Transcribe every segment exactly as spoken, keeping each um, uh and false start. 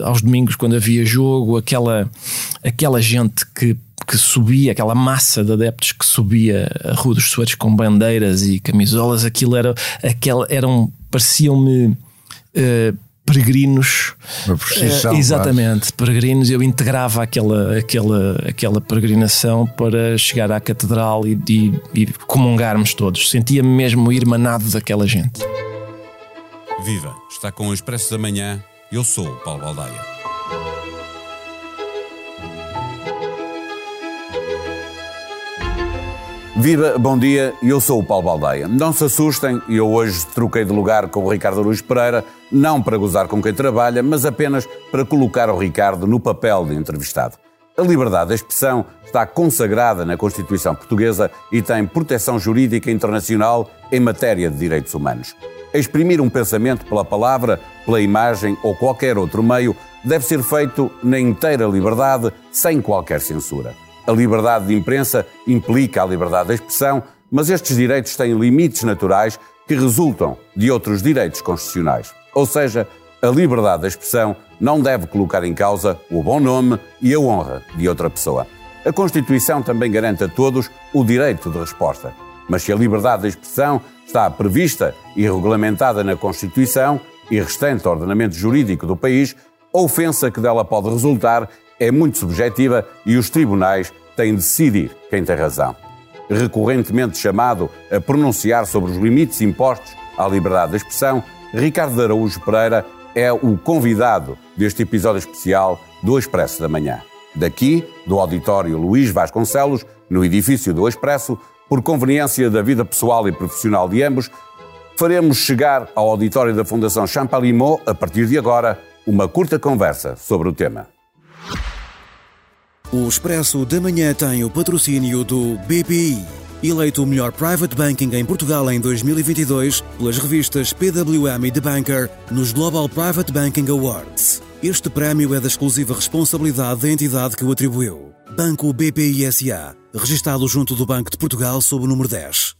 aos domingos quando havia jogo, aquela, aquela gente que, que subia, aquela massa de adeptos que subia a Rua dos Soares com bandeiras e camisolas, aquilo era, aquela, eram, pareciam-me uh, peregrinos. Uma procissão, uh, exatamente, peregrinos. Eu integrava aquela, aquela, aquela peregrinação para chegar à catedral e, e, e comungarmos todos. Sentia-me mesmo irmanado daquela gente. Viva! Está com o Expresso da Manhã. Eu sou o Paulo Baldaia. Viva, bom dia, eu sou o Paulo Baldaia. Não se assustem, eu hoje troquei de lugar com o Ricardo Araújo Pereira, não para gozar com quem trabalha, mas apenas para colocar o Ricardo no papel de entrevistado. A liberdade de expressão está consagrada na Constituição Portuguesa e tem proteção jurídica internacional em matéria de direitos humanos. Exprimir um pensamento pela palavra, pela imagem ou qualquer outro meio deve ser feito na inteira liberdade, sem qualquer censura. A liberdade de imprensa implica a liberdade de expressão, mas estes direitos têm limites naturais que resultam de outros direitos constitucionais. Ou seja, a liberdade de expressão não deve colocar em causa o bom nome e a honra de outra pessoa. A Constituição também garante a todos o direito de resposta. Mas se a liberdade de expressão está prevista e regulamentada na Constituição e restante ordenamento jurídico do país, a ofensa que dela pode resultar é muito subjetiva e os tribunais têm de decidir quem tem razão. Recorrentemente chamado a pronunciar sobre os limites impostos à liberdade de expressão, Ricardo Araújo Pereira é o convidado deste episódio especial do Expresso da Manhã. Daqui, do auditório Luís Vasconcelos, no edifício do Expresso, por conveniência da vida pessoal e profissional de ambos, faremos chegar ao auditório da Fundação Champalimaud, a partir de agora, uma curta conversa sobre o tema. O Expresso da Manhã tem o patrocínio do B P I, eleito o melhor private banking em Portugal em dois mil e vinte e dois pelas revistas P W M e The Banker nos Global Private Banking Awards. Este prémio é da exclusiva responsabilidade da entidade que o atribuiu. Banco B P I S A, registado junto do Banco de Portugal sob o número dez.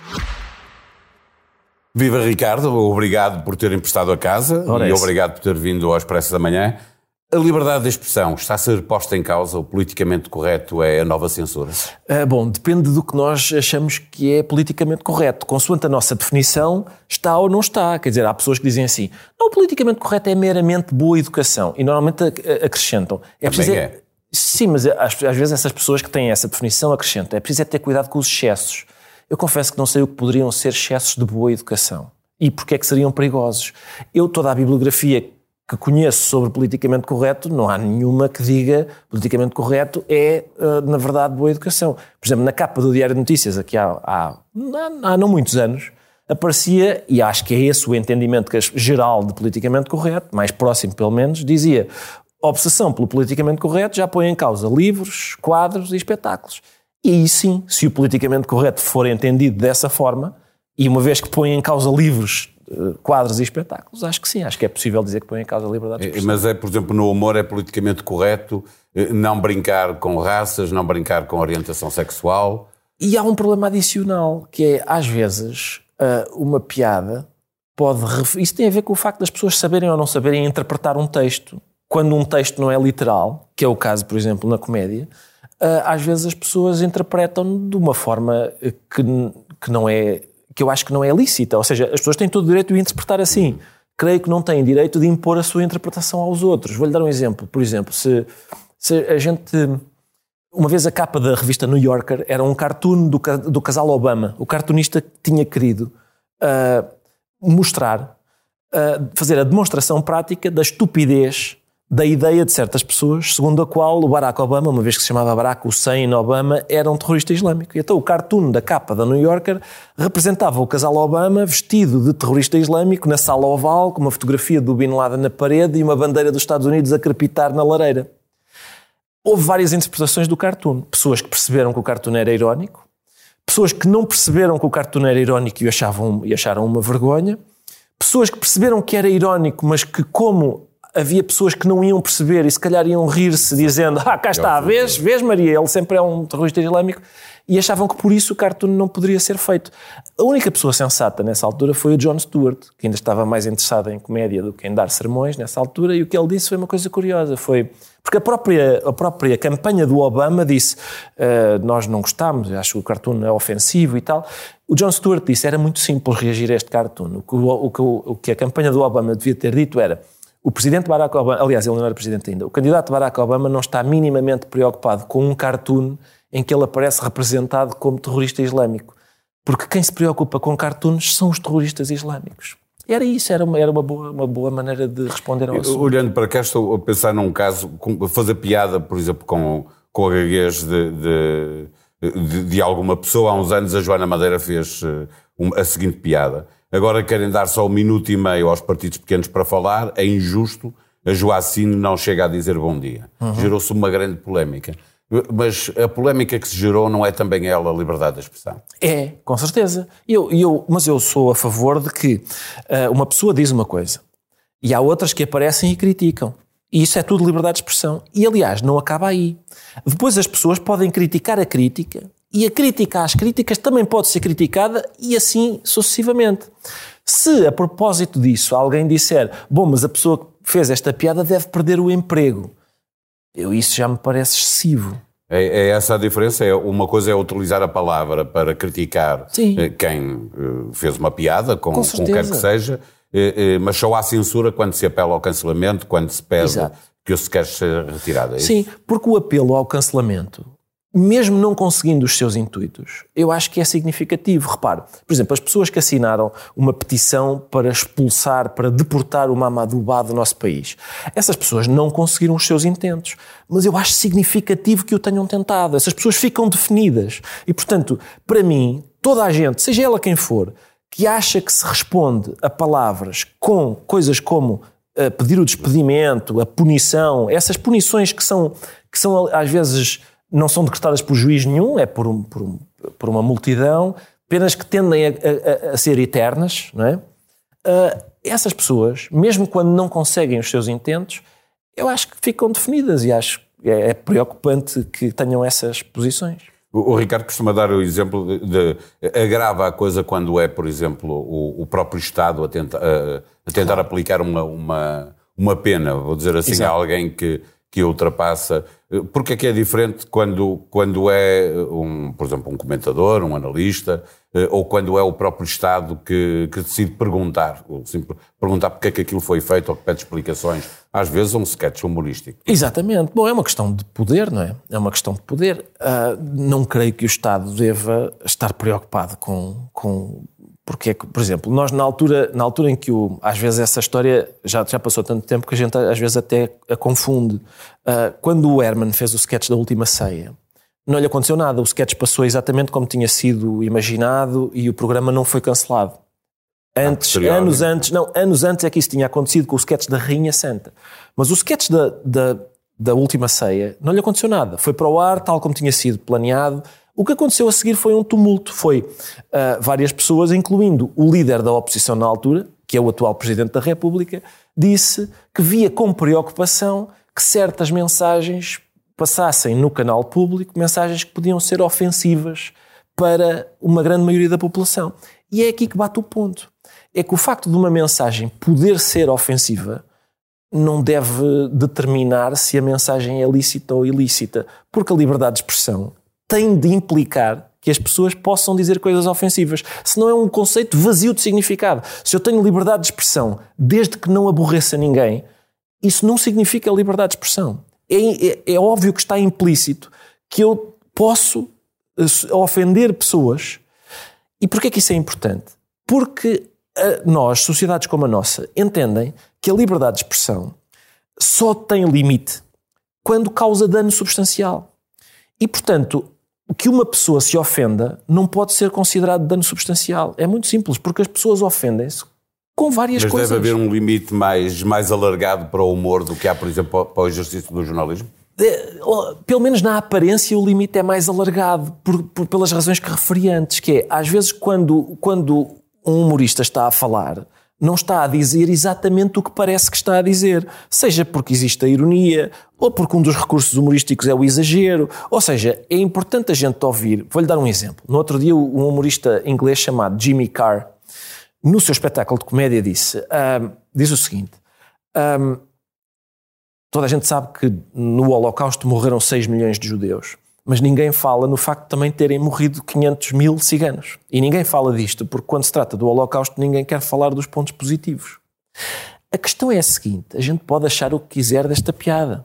Viva Ricardo, obrigado por ter emprestado a casa. Ora, e esse. Obrigado por ter vindo ao Expresso da Manhã. A liberdade de expressão está a ser posta em causa? O politicamente correto é a nova censura? Ah, bom, depende do que nós achamos que é politicamente correto. Consoante a nossa definição, está ou não está. Quer dizer, há pessoas que dizem assim, não, o politicamente correto é meramente boa educação. E normalmente acrescentam. É preciso é. Sim, mas às, às vezes essas pessoas que têm essa definição acrescentam. É preciso é ter cuidado com os excessos. Eu confesso que não sei o que poderiam ser excessos de boa educação. E porque é que seriam perigosos. Eu, toda a bibliografia que conheço sobre politicamente correto, não há nenhuma que diga politicamente correto é, na verdade, boa educação. Por exemplo, na capa do Diário de Notícias, aqui há, há, há não muitos anos, aparecia, e acho que é esse o entendimento que é geral de politicamente correto, mais próximo pelo menos, dizia: a obsessão pelo politicamente correto já põe em causa livros, quadros e espetáculos. E aí sim, se o politicamente correto for entendido dessa forma, e uma vez que põe em causa livros, quadros e espetáculos, acho que sim, acho que é possível dizer que põe em causa a liberdade de expressão. Mas é, por exemplo, no humor é politicamente correto não brincar com raças, não brincar com orientação sexual. E há um problema adicional, que é, às vezes, uma piada pode... Isso tem a ver com o facto das pessoas saberem ou não saberem interpretar um texto. Quando um texto não é literal, que é o caso, por exemplo, na comédia, às vezes as pessoas interpretam de uma forma que, que não é... que eu acho que não é lícita, ou seja, as pessoas têm todo o direito de interpretar assim. Creio que não têm direito de impor a sua interpretação aos outros. Vou-lhe dar um exemplo. Por exemplo, se, se a gente... Uma vez a capa da revista New Yorker era um cartoon do, do casal Obama. O cartunista tinha querido uh, mostrar, uh, fazer a demonstração prática da estupidez da ideia de certas pessoas, segundo a qual o Barack Obama, uma vez que se chamava Barack Hussein Obama, era um terrorista islâmico. E então o cartoon da capa da New Yorker representava o casal Obama vestido de terrorista islâmico na sala oval, com uma fotografia do Bin Laden na parede e uma bandeira dos Estados Unidos a crepitar na lareira. Houve várias interpretações do cartoon. Pessoas que perceberam que o cartoon era irónico, pessoas que não perceberam que o cartoon era irónico e, achavam, e acharam uma vergonha, pessoas que perceberam que era irónico, mas que como havia pessoas que não iam perceber e se calhar iam rir-se dizendo ah, cá está, vês, vês Maria, ele sempre é um terrorista islâmico, e achavam que por isso o cartoon não poderia ser feito. A única pessoa sensata nessa altura foi o Jon Stewart, que ainda estava mais interessado em comédia do que em dar sermões nessa altura, e o que ele disse foi uma coisa curiosa, foi... Porque a própria, a própria campanha do Obama disse uh, nós não gostámos, acho que o cartoon é ofensivo e tal. O Jon Stewart disse era muito simples reagir a este cartoon. O que, o, que, o que a campanha do Obama devia ter dito era o presidente Barack Obama, aliás, ele não era presidente ainda, o candidato Barack Obama não está minimamente preocupado com um cartoon em que ele aparece representado como terrorista islâmico. Porque quem se preocupa com cartoons são os terroristas islâmicos. Era isso, era uma, era uma, boa, uma boa maneira de responder ao assunto. Olhando para cá, estou a pensar num caso, fazer piada, por exemplo, com, com a gaguez de, de, de, de alguma pessoa. Há uns anos a Joana Madeira fez a seguinte piada. Agora querem dar só um minuto e meio aos partidos pequenos para falar, é injusto, a Joacine não chega a dizer bom dia. Uhum. Gerou-se uma grande polémica. Mas a polémica que se gerou não é também ela a liberdade de expressão? É, com certeza. Eu, eu, mas eu sou a favor de que uh, uma pessoa diz uma coisa e há outras que aparecem e criticam. E isso é tudo liberdade de expressão. E, aliás, não acaba aí. Depois as pessoas podem criticar a crítica e a crítica às críticas também pode ser criticada e assim sucessivamente. Se, a propósito disso, alguém disser bom, mas a pessoa que fez esta piada deve perder o emprego, Eu, isso já me parece excessivo. É, é essa a diferença? É, uma coisa é utilizar a palavra para criticar Sim. quem fez uma piada, com, com, com quer que seja, mas só há censura quando se apela ao cancelamento, quando se pede Exato. que o sketch seja retirado. É Sim, isso? Porque o apelo ao cancelamento, mesmo não conseguindo os seus intuitos, eu acho que é significativo. Repare, por exemplo, as pessoas que assinaram uma petição para expulsar, para deportar o Mamadou Ba do nosso país, essas pessoas não conseguiram os seus intentos, mas eu acho significativo que o tenham tentado. Essas pessoas ficam definidas. E, portanto, para mim, toda a gente, seja ela quem for, que acha que se responde a palavras com coisas como uh, pedir o despedimento, a punição, essas punições que são, que são às vezes... não são decretadas por juiz nenhum, é por, um, por, um, por uma multidão, penas que tendem a, a, a ser eternas, não é? Uh, essas pessoas, mesmo quando não conseguem os seus intentos, eu acho que ficam definidas e acho que é, é preocupante que tenham essas posições. O, o Ricardo costuma dar o exemplo de, de agrava a coisa quando é, por exemplo, o, o próprio Estado a, tenta, a, a tentar claro. aplicar uma, uma, uma pena, vou dizer assim, Exato. a alguém que... que ultrapassa. Porque é que é diferente quando, quando é, um, por exemplo, um comentador, um analista, ou quando é o próprio Estado que, que decide perguntar, ou simples, perguntar porque é que aquilo foi feito ou que pede explicações, às vezes um sketch humorístico. Exatamente. Bom, é uma questão de poder, não é? É uma questão de poder. Uh, não creio que o Estado deva estar preocupado com... com porque é que, por exemplo, nós na altura, na altura em que o, às vezes essa história já, já passou tanto tempo que a gente às vezes até a confunde. Uh, quando o Herman fez o sketch da Última Ceia, não lhe aconteceu nada. O sketch passou exatamente como tinha sido imaginado e o programa não foi cancelado. Antes, ah, anos antes, não, anos antes é que isso tinha acontecido com o sketch da Rainha Santa. Mas o sketch da, da, da Última Ceia não lhe aconteceu nada. Foi para o ar tal como tinha sido planeado. O que aconteceu a seguir foi um tumulto. Foi uh, várias pessoas, incluindo o líder da oposição na altura, que é o atual Presidente da República, disse que via com preocupação que certas mensagens passassem no canal público, mensagens que podiam ser ofensivas para uma grande maioria da população. E é aqui que bate o ponto. É que o facto de uma mensagem poder ser ofensiva não deve determinar se a mensagem é lícita ou ilícita, porque a liberdade de expressão tem de implicar que as pessoas possam dizer coisas ofensivas. Senão é um conceito vazio de significado. Se eu tenho liberdade de expressão desde que não aborreça ninguém, isso não significa liberdade de expressão. É, é, é óbvio que está implícito que eu posso ofender pessoas. E porquê que isso é importante? Porque uh, nós, sociedades como a nossa, entendem que a liberdade de expressão só tem limite quando causa dano substancial. E, portanto, que uma pessoa se ofenda não pode ser considerado dano substancial. É muito simples, porque as pessoas ofendem-se com várias Mas coisas. Mas deve haver um limite mais, mais alargado para o humor do que há, por exemplo, para o exercício do jornalismo? É, pelo menos na aparência o limite é mais alargado, por, por, pelas razões que referi antes, que é, às vezes, quando, quando um humorista está a falar, não está a dizer exatamente o que parece que está a dizer. Seja porque existe a ironia, ou porque um dos recursos humorísticos é o exagero. Ou seja, é importante a gente ouvir. Vou-lhe dar um exemplo. No outro dia, um humorista inglês chamado Jimmy Carr, no seu espetáculo de comédia, disse, um, diz o seguinte... Um, toda a gente sabe que no Holocausto morreram seis milhões de judeus, mas ninguém fala no facto de também terem morrido quinhentos mil ciganos. E ninguém fala disto, porque quando se trata do Holocausto ninguém quer falar dos pontos positivos. A questão é a seguinte, a gente pode achar o que quiser desta piada.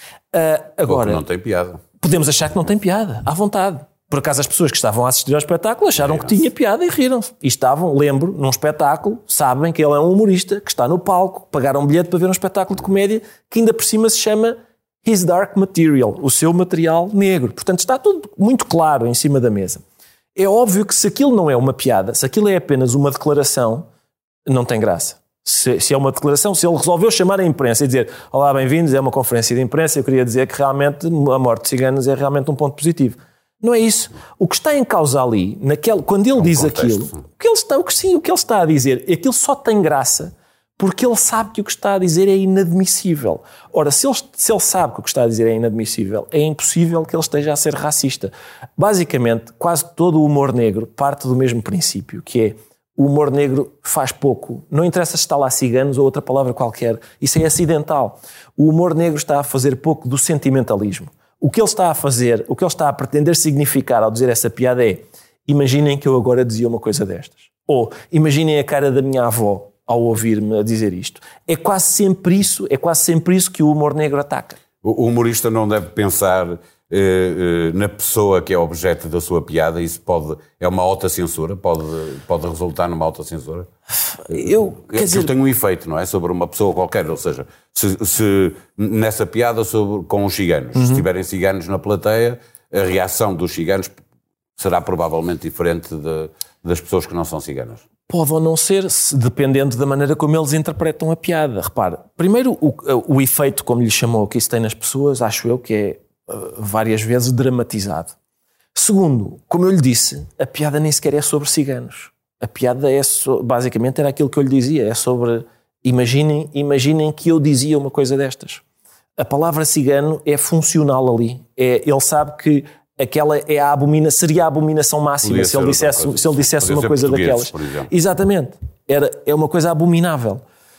Uh, agora, Ou que não tem piada. Podemos achar que não tem piada, à vontade. Por acaso as pessoas que estavam a assistir ao espetáculo acharam é, que tinha piada e riram-se. E estavam, lembro, num espetáculo, sabem que ele é um humorista, que está no palco, pagaram um bilhete para ver um espetáculo de comédia, que ainda por cima se chama His Dark Material, o seu material negro. Portanto, está tudo muito claro em cima da mesa. É óbvio que se aquilo não é uma piada, se aquilo é apenas uma declaração, não tem graça. Se, se é uma declaração, se ele resolveu chamar a imprensa e dizer olá, bem-vindos, é uma conferência de imprensa, eu queria dizer que realmente a morte de ciganos é realmente um ponto positivo. Não é isso. O que está em causa ali, naquele, quando ele um diz contexto. aquilo, o que ele está, o que, sim, o que ele está a dizer, aquilo só tem graça porque ele sabe que o que está a dizer é inadmissível. Ora, se ele, se ele sabe que o que está a dizer é inadmissível, é impossível que ele esteja a ser racista. Basicamente, quase todo o humor negro parte do mesmo princípio, que é o humor negro faz pouco. Não interessa se está lá ciganos ou outra palavra qualquer. Isso é acidental. O humor negro está a fazer pouco do sentimentalismo. O que ele está a fazer, o que ele está a pretender significar ao dizer essa piada é imaginem que eu agora dizia uma coisa destas. Ou imaginem a cara da minha avó ao ouvir-me a dizer isto. É quase sempre isso, é quase sempre isso que o humor negro ataca. O humorista não deve pensar eh, eh, na pessoa que é objeto da sua piada. Isso pode, é uma autocensura, pode, pode resultar numa autocensura. Eu, quer dizer... tem um efeito, não é? Sobre uma pessoa qualquer, ou seja, se, se nessa piada sobre, com os ciganos, uhum. se tiverem ciganos na plateia, a reação dos ciganos será provavelmente diferente de, das pessoas que não são ciganas. Pode ou não ser, dependendo da maneira como eles interpretam a piada. Repare, primeiro o, o efeito, como lhe chamou, que isso tem nas pessoas, acho eu que é uh, várias vezes dramatizado. Segundo, como eu lhe disse, a piada nem sequer é sobre ciganos. A piada é, so, basicamente, era aquilo que eu lhe dizia, é sobre, imaginem, imaginem que eu dizia uma coisa destas. A palavra cigano é funcional ali. É, ele sabe que aquela é a abomina, seria a abominação máxima se ele dissesse, coisa, se ele dissesse uma coisa daquelas. Exatamente. Era, é uma coisa abominável.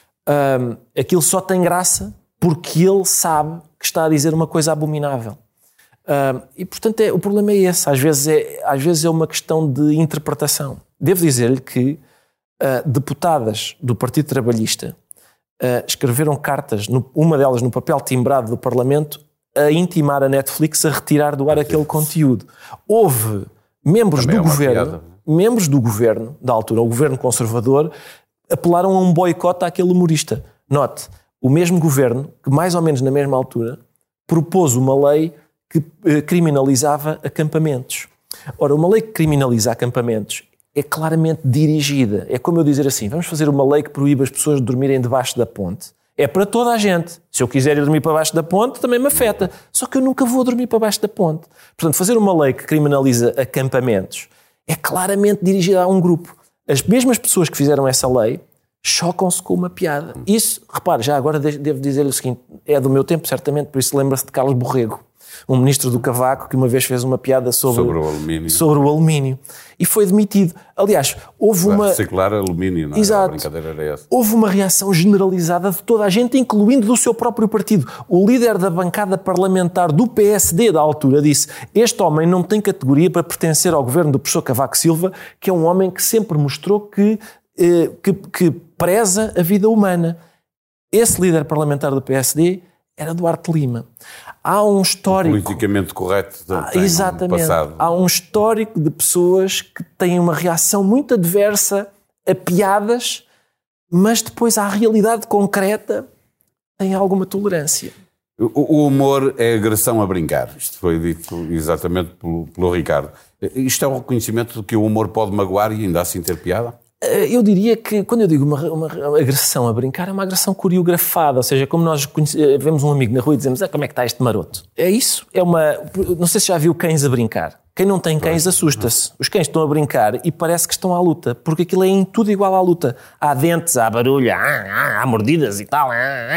Um, aquilo só tem graça porque ele sabe que está a dizer uma coisa abominável. Um, e, portanto, é, o problema é esse. Às vezes é, às vezes é uma questão de interpretação. Devo dizer-lhe que uh, deputadas do Partido Trabalhista uh, escreveram cartas, no, uma delas no papel timbrado do Parlamento, a intimar a Netflix a retirar do ar aquele conteúdo. Houve membros Também do é governo, piada. membros do governo, da altura, o governo conservador, apelaram a um boicote àquele humorista. Note, o mesmo governo, que mais ou menos na mesma altura, propôs uma lei que eh, criminalizava acampamentos. Ora, uma lei que criminaliza acampamentos é claramente dirigida. É como eu dizer assim, vamos fazer uma lei que proíbe as pessoas de dormirem debaixo da ponte. É para toda a gente. Se eu quiser ir dormir para baixo da ponte, também me afeta. Só que eu nunca vou dormir para baixo da ponte. Portanto, fazer uma lei que criminaliza acampamentos é claramente dirigida a um grupo. As mesmas pessoas que fizeram essa lei chocam-se com uma piada. Isso, repare, já agora devo dizer-lhe o seguinte, é do meu tempo, certamente, por isso lembra-se de Carlos Borrego, um ministro do Cavaco que uma vez fez uma piada sobre, sobre, o, alumínio. sobre o alumínio e foi demitido. Aliás, houve uma... reciclar alumínio, não é? Exato. A brincadeira era essa. Houve uma reação generalizada de toda a gente, incluindo do seu próprio partido. O líder da bancada parlamentar do P S D da altura disse: este homem não tem categoria para pertencer ao governo do professor Cavaco Silva, que é um homem que sempre mostrou que, eh, que, que preza a vida humana. Esse líder parlamentar do P S D era Duarte Lima. Há um histórico... politicamente correto ah, exatamente. Passado. Há um histórico de pessoas que têm uma reação muito adversa a piadas, mas depois à realidade concreta têm alguma tolerância. O, o humor é agressão a brincar. Isto foi dito exatamente pelo, pelo Ricardo. Isto é um reconhecimento de que o humor pode magoar e ainda assim ter piada? Eu diria que, quando eu digo uma, uma agressão a brincar, é uma agressão coreografada, ou seja, como nós vemos um amigo na rua e dizemos: ah, como é que está este maroto? É isso, é uma... Não sei se já viu Cães a Brincar. Quem não tem cães assusta-se. Os cães estão a brincar e parece que estão à luta, porque aquilo é em tudo igual à luta. Há dentes, há barulho, há, há mordidas e tal.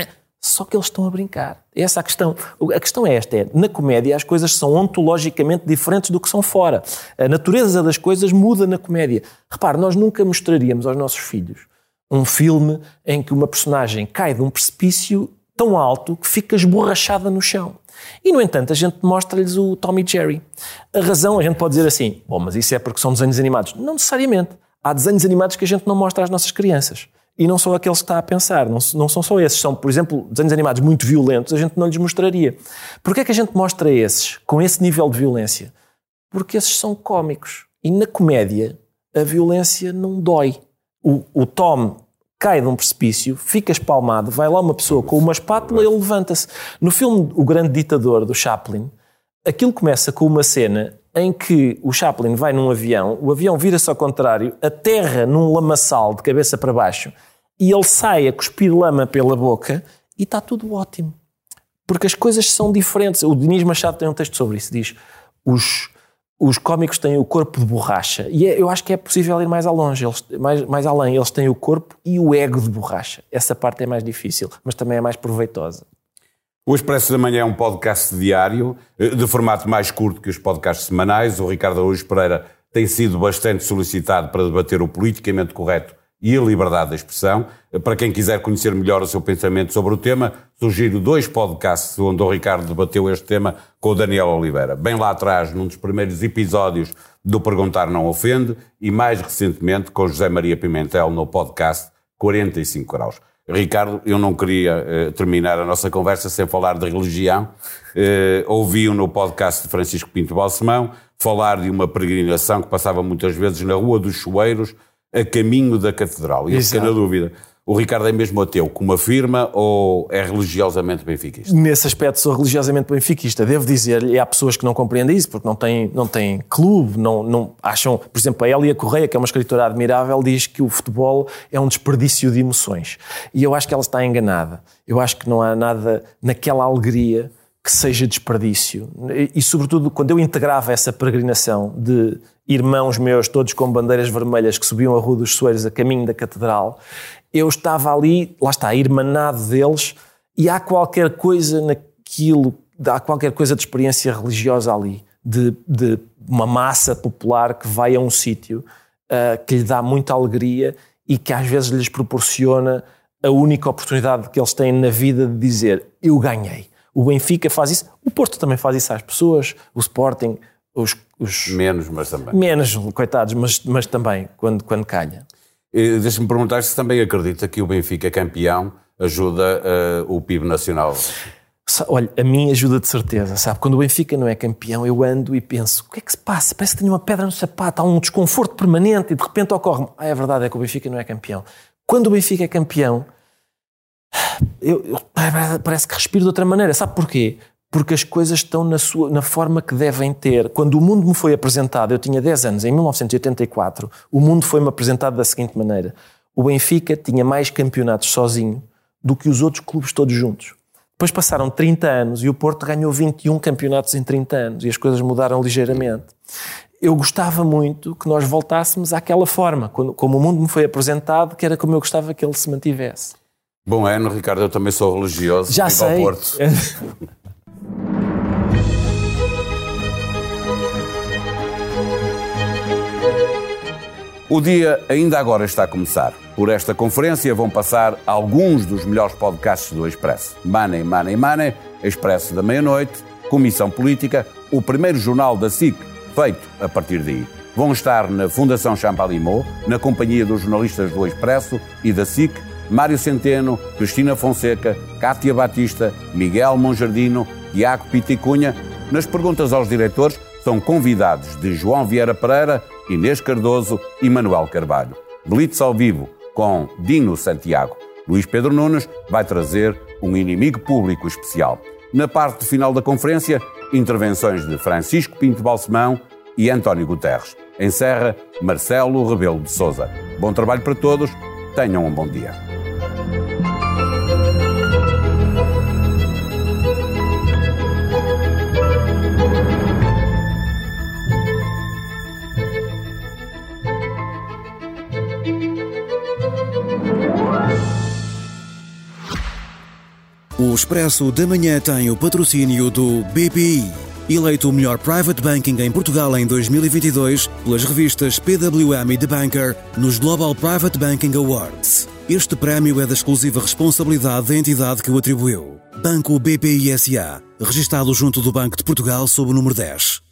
Só que eles estão a brincar. Essa é a questão. A questão é esta, é, na comédia as coisas são ontologicamente diferentes do que são fora. A natureza das coisas muda na comédia. Repare, nós nunca mostraríamos aos nossos filhos um filme em que uma personagem cai de um precipício tão alto que fica esborrachada no chão. E, no entanto, a gente mostra-lhes o Tom e Jerry. A razão, a gente pode dizer assim, bom, mas isso é porque são desenhos animados. Não necessariamente. Há desenhos animados que a gente não mostra às nossas crianças. E não são aqueles que está a pensar. Não, não são só esses. São, por exemplo, desenhos animados muito violentos, a gente não lhes mostraria. Porquê é que a gente mostra esses, com esse nível de violência? Porque esses são cómicos. E na comédia, a violência não dói. O, o Tom cai de um precipício, fica espalmado, vai lá uma pessoa com uma espátula e ele levanta-se. No filme O Grande Ditador, do Chaplin, aquilo começa com uma cena em que o Chaplin vai num avião, o avião vira-se ao contrário, aterra num lamaçal de cabeça para baixo e ele sai a cuspir lama pela boca e está tudo ótimo. Porque as coisas são diferentes. O Dinis Machado tem um texto sobre isso, diz os... Os cómicos têm o corpo de borracha e é, eu acho que é possível ir mais, longe, eles, mais, mais além. Eles têm o corpo e o ego de borracha. Essa parte é mais difícil, mas também é mais proveitosa. O Expresso da Manhã é um podcast diário, de formato mais curto que os podcasts semanais. O Ricardo Araújo Pereira tem sido bastante solicitado para debater o politicamente correto e a liberdade da expressão. Para quem quiser conhecer melhor o seu pensamento sobre o tema, sugiro dois podcasts onde o Ricardo debateu este tema com o Daniel Oliveira. Bem lá atrás, num dos primeiros episódios do Perguntar Não Ofende, e mais recentemente com José Maria Pimentel no podcast quarenta e cinco graus. Ricardo, eu não queria eh, terminar a nossa conversa sem falar de religião. Eh, ouvi-o no podcast de Francisco Pinto Balsemão falar de uma peregrinação que passava muitas vezes na Rua dos Choeiros, a caminho da Catedral. E eu fiquei na dúvida. O Ricardo é mesmo ateu, como afirma, ou é religiosamente benfiquista? Nesse aspecto sou religiosamente benfiquista. Devo dizer-lhe, há pessoas que não compreendem isso, porque não têm, não têm clube, não, não acham... Por exemplo, a Hélia Correia, que é uma escritora admirável, diz que o futebol é um desperdício de emoções. E eu acho que ela está enganada. Eu acho que não há nada naquela alegria que seja desperdício. E, e sobretudo, quando eu integrava essa peregrinação de irmãos meus, todos com bandeiras vermelhas, que subiam a Rua dos Choeiros a caminho da Catedral, eu estava ali, lá está, irmanado deles, e há qualquer coisa naquilo, há qualquer coisa de experiência religiosa ali, de, de uma massa popular que vai a um sítio uh, que lhe dá muita alegria e que às vezes lhes proporciona a única oportunidade que eles têm na vida de dizer, eu ganhei. O Benfica faz isso, o Porto também faz isso às pessoas, o Sporting, os... os menos, mas também. Menos, coitados, mas, mas também, quando, quando calha. Deixa-me perguntar se também acredita que o Benfica campeão ajuda uh, o P I B nacional. Olha, a mim ajuda de certeza, sabe? Quando o Benfica não é campeão, eu ando e penso, o que é que se passa? Parece que tenho uma pedra no sapato, há um desconforto permanente e de repente ocorre-me, ah, é verdade, é que o Benfica não é campeão. Quando o Benfica é campeão, eu, eu, parece que respiro de outra maneira. Sabe porquê? Porque as coisas estão na, sua, na forma que devem ter. Quando o mundo me foi apresentado, eu tinha dez anos, em mil novecentos e oitenta e quatro, o mundo foi-me apresentado da seguinte maneira. O Benfica tinha mais campeonatos sozinho do que os outros clubes todos juntos. Depois passaram trinta anos e o Porto ganhou vinte e um campeonatos em trinta anos e as coisas mudaram ligeiramente. Eu gostava muito que nós voltássemos àquela forma, quando, como o mundo me foi apresentado, que era como eu gostava que ele se mantivesse. Bom ano, Ricardo, eu também sou religioso. Já vivo sei. Ao Porto. O dia ainda agora está a começar. Por esta conferência vão passar alguns dos melhores podcasts do Expresso. Money, Money, Money, Expresso da Meia-Noite, Comissão Política, o primeiro jornal da S I C, feito a partir daí. Vão estar na Fundação Champalimau, na companhia dos jornalistas do Expresso e da S I C, Mário Centeno, Cristina Fonseca, Cátia Batista, Miguel Monjardino, Tiago Piticunha. Nas perguntas aos diretores são convidados de João Vieira Pereira, Inês Cardoso e Manuel Carvalho. Blitz ao vivo com Dino Santiago. Luís Pedro Nunes vai trazer um inimigo público especial. Na parte final da conferência, intervenções de Francisco Pinto Balsemão e António Guterres. Encerra Marcelo Rebelo de Sousa. Bom trabalho para todos. Tenham um bom dia. Expresso da Manhã tem o patrocínio do B P I. Eleito o melhor Private Banking em Portugal em dois mil e vinte e dois pelas revistas P W M e The Banker nos Global Private Banking Awards. Este prémio é da exclusiva responsabilidade da entidade que o atribuiu. Banco B P I S A, registado junto do Banco de Portugal sob o número dez.